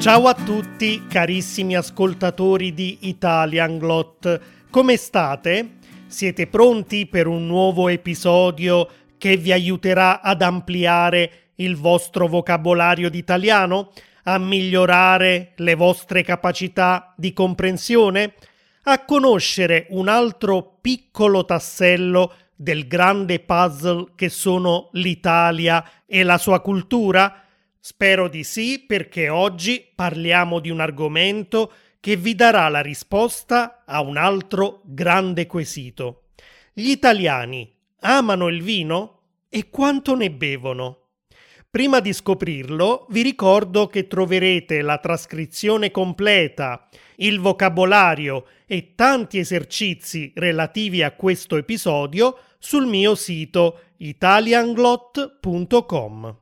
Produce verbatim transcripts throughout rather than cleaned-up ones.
Ciao a tutti, carissimi ascoltatori di Italianglot. Come state? Siete pronti per un nuovo episodio che vi aiuterà ad ampliare il vostro vocabolario d'italiano? A migliorare le vostre capacità di comprensione? A conoscere un altro piccolo tassello del grande puzzle che sono l'Italia e la sua cultura? Spero di sì, perché oggi parliamo di un argomento che vi darà la risposta a un altro grande quesito. Gli italiani amano il vino? E quanto ne bevono? Prima di scoprirlo, vi ricordo che troverete la trascrizione completa, il vocabolario e tanti esercizi relativi a questo episodio sul mio sito italianglot punto com.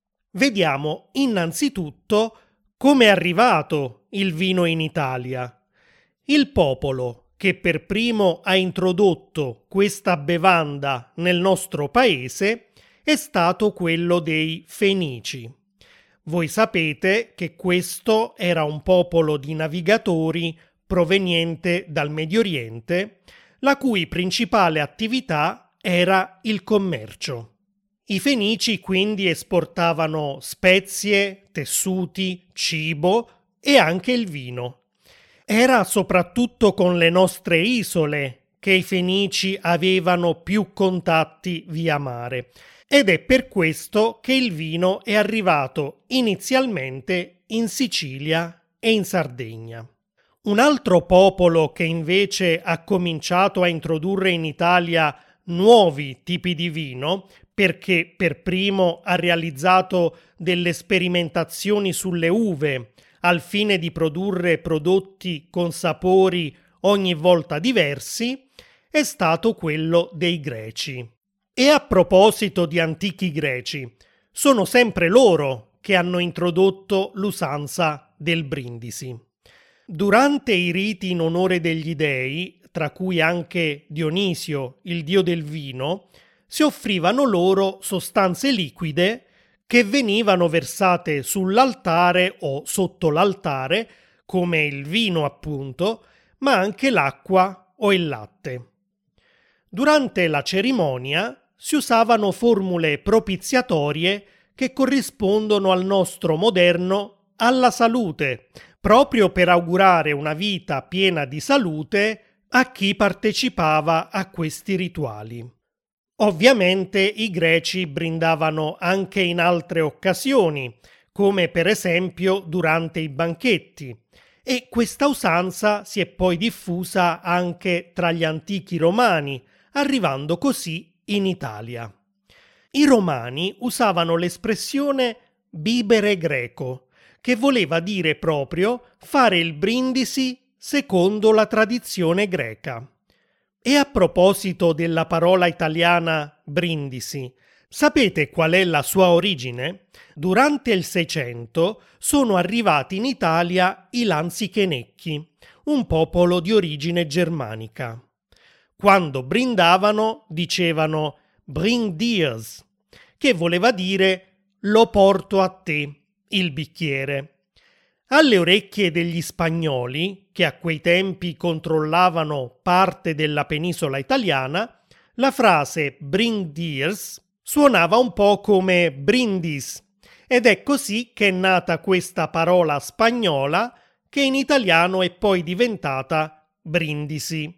Vediamo innanzitutto come è arrivato il vino in Italia. Il popolo che per primo ha introdotto questa bevanda nel nostro paese è stato quello dei Fenici. Voi sapete che questo era un popolo di navigatori proveniente dal Medio Oriente, la cui principale attività era il commercio. I Fenici quindi esportavano spezie, tessuti, cibo e anche il vino. Era soprattutto con le nostre isole che i Fenici avevano più contatti via mare ed è per questo che il vino è arrivato inizialmente in Sicilia e in Sardegna. Un altro popolo che invece ha cominciato a introdurre in Italia nuovi tipi di vino, perché per primo ha realizzato delle sperimentazioni sulle uve al fine di produrre prodotti con sapori ogni volta diversi, è stato quello dei Greci. E a proposito di antichi greci, sono sempre loro che hanno introdotto l'usanza del brindisi. Durante i riti in onore degli dei, tra cui anche Dionisio, il dio del vino, si offrivano loro sostanze liquide che venivano versate sull'altare o sotto l'altare, come il vino appunto, ma anche l'acqua o il latte. Durante la cerimonia si usavano formule propiziatorie che corrispondono al nostro moderno alla salute, proprio per augurare una vita piena di salute a chi partecipava a questi rituali. Ovviamente i greci brindavano anche in altre occasioni, come per esempio durante i banchetti, e questa usanza si è poi diffusa anche tra gli antichi romani, arrivando così in Italia. I romani usavano l'espressione bibere greco, che voleva dire proprio fare il brindisi secondo la tradizione greca. E a proposito della parola italiana brindisi, sapete qual è la sua origine? Durante il Seicento sono arrivati in Italia i Lanzichenecchi, un popolo di origine germanica. Quando brindavano dicevano bring dirs, che voleva dire lo porto a te, il bicchiere. Alle orecchie degli spagnoli, che a quei tempi controllavano parte della penisola italiana, la frase bring dirs suonava un po' come brindis, ed è così che è nata questa parola spagnola che in italiano è poi diventata brindisi.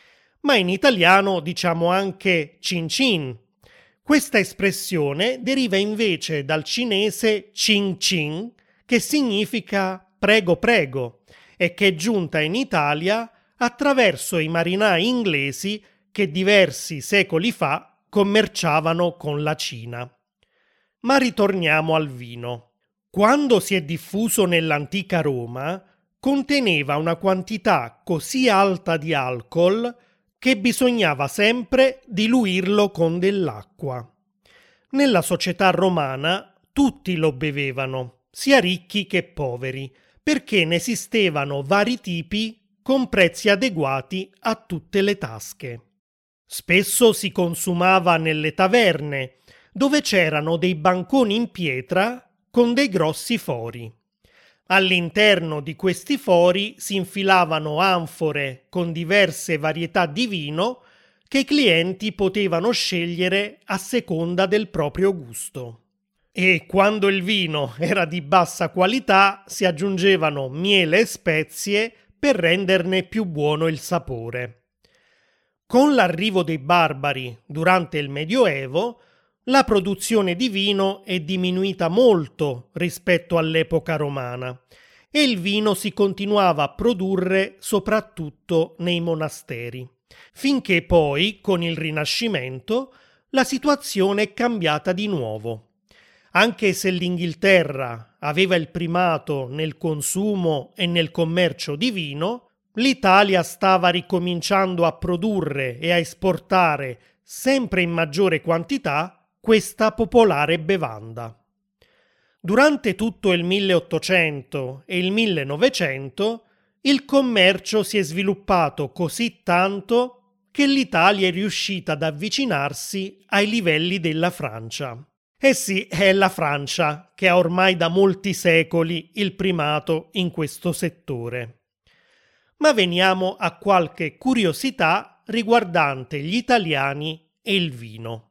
Ma in italiano diciamo anche cin cin. Questa espressione deriva invece dal cinese cin cin, che significa prego prego, e che è giunta in Italia attraverso i marinai inglesi che diversi secoli fa commerciavano con la Cina. Ma ritorniamo al vino. Quando si è diffuso nell'antica Roma, conteneva una quantità così alta di alcol che bisognava sempre diluirlo con dell'acqua. Nella società romana tutti lo bevevano, sia ricchi che poveri, perché ne esistevano vari tipi con prezzi adeguati a tutte le tasche. Spesso si consumava nelle taverne, dove c'erano dei banconi in pietra con dei grossi fori. All'interno di questi fori si infilavano anfore con diverse varietà di vino che i clienti potevano scegliere a seconda del proprio gusto. E quando il vino era di bassa qualità si aggiungevano miele e spezie per renderne più buono il sapore. Con l'arrivo dei barbari durante il Medioevo, la produzione di vino è diminuita molto rispetto all'epoca romana e il vino si continuava a produrre soprattutto nei monasteri, finché poi, con il Rinascimento, la situazione è cambiata di nuovo. Anche se l'Inghilterra aveva il primato nel consumo e nel commercio di vino, l'Italia stava ricominciando a produrre e a esportare sempre in maggiore quantità questa popolare bevanda. Durante tutto il milleottocento e il millenovecento il commercio si è sviluppato così tanto che l'Italia è riuscita ad avvicinarsi ai livelli della Francia. Eh sì, è la Francia che ha ormai da molti secoli il primato in questo settore. Ma veniamo a qualche curiosità riguardante gli italiani e il vino.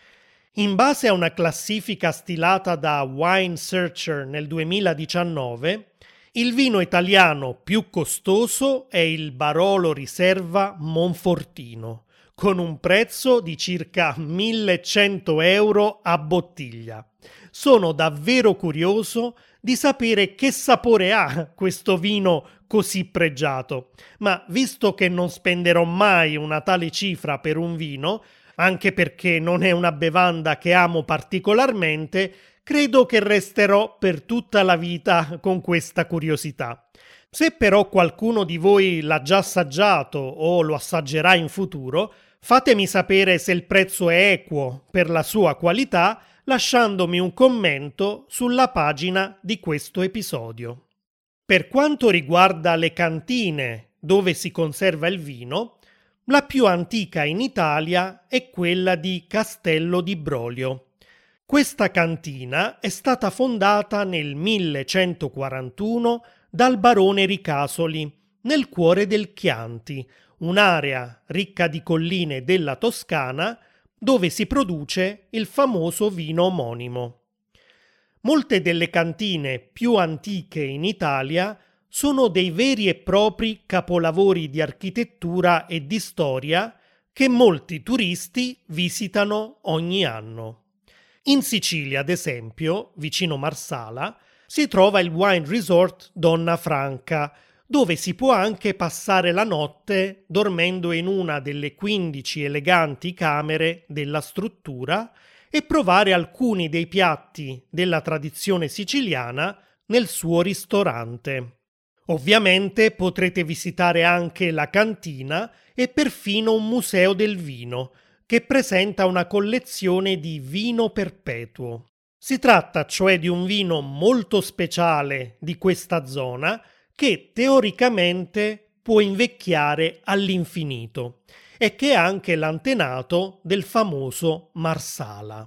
In base a una classifica stilata da Wine Searcher nel duemiladiciannove, il vino italiano più costoso è il Barolo Riserva Monfortino, con un prezzo di circa millecento euro a bottiglia. Sono davvero curioso di sapere che sapore ha questo vino così pregiato, ma visto che non spenderò mai una tale cifra per un vino, anche perché non è una bevanda che amo particolarmente, credo che resterò per tutta la vita con questa curiosità. Se però qualcuno di voi l'ha già assaggiato o lo assaggerà in futuro, fatemi sapere se il prezzo è equo per la sua qualità lasciandomi un commento sulla pagina di questo episodio. Per quanto riguarda le cantine dove si conserva il vino, la più antica in Italia è quella di Castello di Brolio. Questa cantina è stata fondata nel millecentoquarantuno dal barone Ricasoli, nel cuore del Chianti, un'area ricca di colline della Toscana dove si produce il famoso vino omonimo. Molte delle cantine più antiche in Italia sono dei veri e propri capolavori di architettura e di storia che molti turisti visitano ogni anno. In Sicilia, ad esempio, vicino Marsala, si trova il Wine Resort Donna Franca, dove si può anche passare la notte dormendo in una delle quindici eleganti camere della struttura e provare alcuni dei piatti della tradizione siciliana nel suo ristorante. Ovviamente potrete visitare anche la cantina e perfino un museo del vino, che presenta una collezione di vino perpetuo. Si tratta cioè di un vino molto speciale di questa zona che teoricamente può invecchiare all'infinito e che è anche l'antenato del famoso Marsala.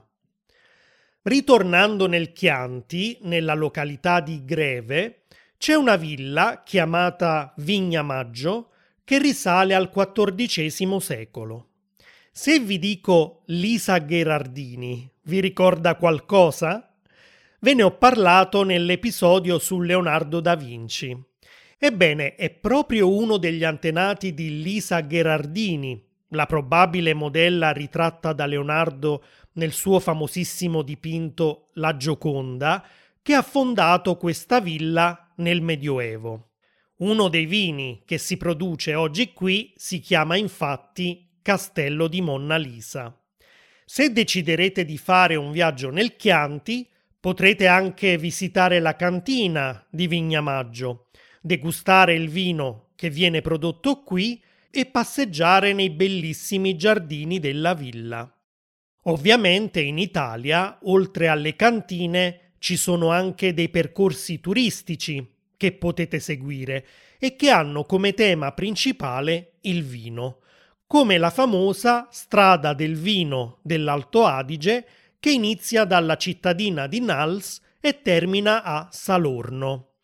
Ritornando nel Chianti, nella località di Greve, c'è una villa chiamata Vigna Maggio che risale al quattordicesimo secolo. Se vi dico Lisa Gherardini, vi ricorda qualcosa? Ve ne ho parlato nell'episodio su Leonardo da Vinci. Ebbene, è proprio uno degli antenati di Lisa Gherardini, la probabile modella ritratta da Leonardo nel suo famosissimo dipinto La Gioconda, che ha fondato questa villa nel Medioevo. Uno dei vini che si produce oggi qui si chiama infatti Castello di Monna Lisa. Se deciderete di fare un viaggio nel Chianti, potrete anche visitare la cantina di Vigna Maggio, degustare il vino che viene prodotto qui e passeggiare nei bellissimi giardini della villa. Ovviamente in Italia, oltre alle cantine, ci sono anche dei percorsi turistici che potete seguire e che hanno come tema principale il vino, come la famosa Strada del Vino dell'Alto Adige che inizia dalla cittadina di Nals e termina a Salorno.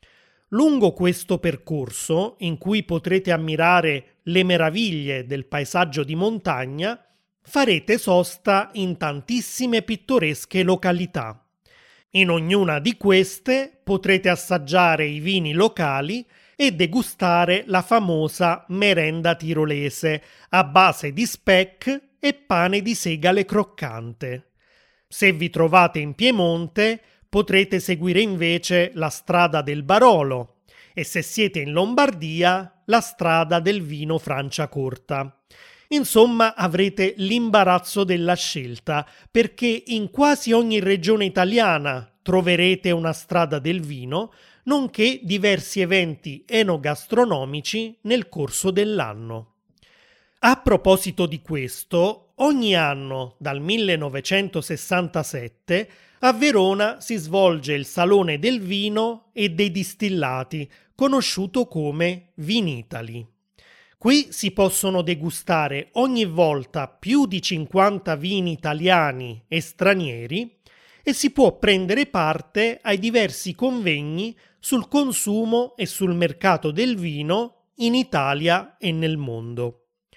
Lungo questo percorso, in cui potrete ammirare le meraviglie del paesaggio di montagna, farete sosta in tantissime pittoresche località. In ognuna di queste potrete assaggiare i vini locali e degustare la famosa merenda tirolese a base di speck e pane di segale croccante. Se vi trovate in Piemonte, potrete seguire invece la strada del Barolo e se siete in Lombardia, la strada del vino Franciacorta. Insomma, avrete l'imbarazzo della scelta, perché in quasi ogni regione italiana troverete una strada del vino, nonché diversi eventi enogastronomici nel corso dell'anno. A proposito di questo, ogni anno dal millenovecentosessantasette a Verona si svolge il Salone del Vino e dei Distillati, conosciuto come Vinitaly. Qui si possono degustare ogni volta più di cinquanta vini italiani e stranieri e si può prendere parte ai diversi convegni sul consumo e sul mercato del vino in Italia e nel mondo.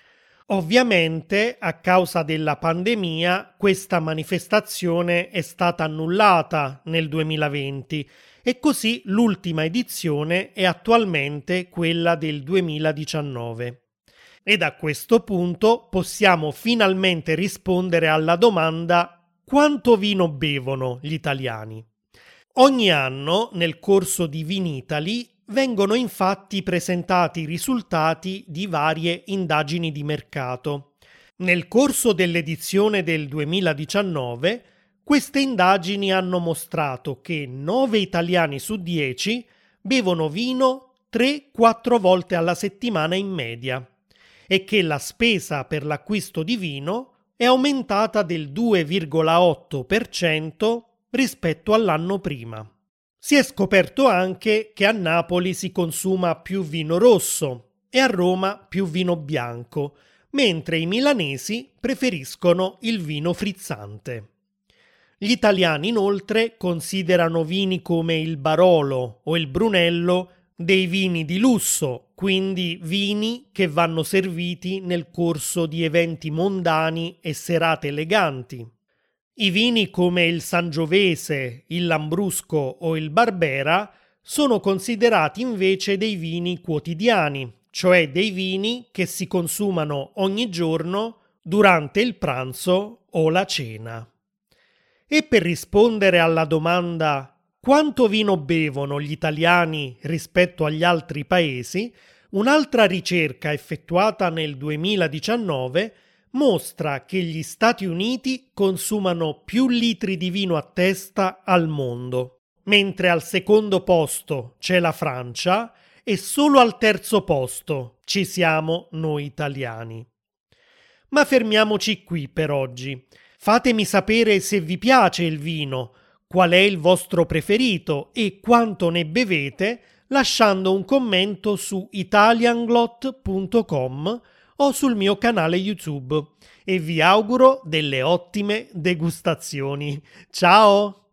Ovviamente, a causa della pandemia, questa manifestazione è stata annullata nel duemilaventi e così l'ultima edizione è attualmente quella del duemiladiciannove. Ed a questo punto possiamo finalmente rispondere alla domanda: quanto vino bevono gli italiani? Ogni anno, nel corso di Vinitaly, vengono infatti presentati i risultati di varie indagini di mercato. Nel corso dell'edizione del duemiladiciannove, queste indagini hanno mostrato che nove italiani su dieci bevono vino tre quattro volte alla settimana in media e che la spesa per l'acquisto di vino è aumentata del due virgola otto per cento rispetto all'anno prima. Si è scoperto anche che a Napoli si consuma più vino rosso e a Roma più vino bianco, mentre i milanesi preferiscono il vino frizzante. Gli italiani inoltre considerano vini come il Barolo o il Brunello dei vini di lusso, quindi vini che vanno serviti nel corso di eventi mondani e serate eleganti. I vini come il Sangiovese, il Lambrusco o il Barbera sono considerati invece dei vini quotidiani, cioè dei vini che si consumano ogni giorno durante il pranzo o la cena. E per rispondere alla domanda quanto vino bevono gli italiani rispetto agli altri paesi, un'altra ricerca effettuata nel duemiladiciannove mostra che gli Stati Uniti consumano più litri di vino a testa al mondo, mentre al secondo posto c'è la Francia e solo al terzo posto ci siamo noi italiani. Ma fermiamoci qui per oggi. Fatemi sapere se vi piace il vino, qual è il vostro preferito e quanto ne bevete lasciando un commento su italianglot punto com o sul mio canale YouTube e vi auguro delle ottime degustazioni. Ciao!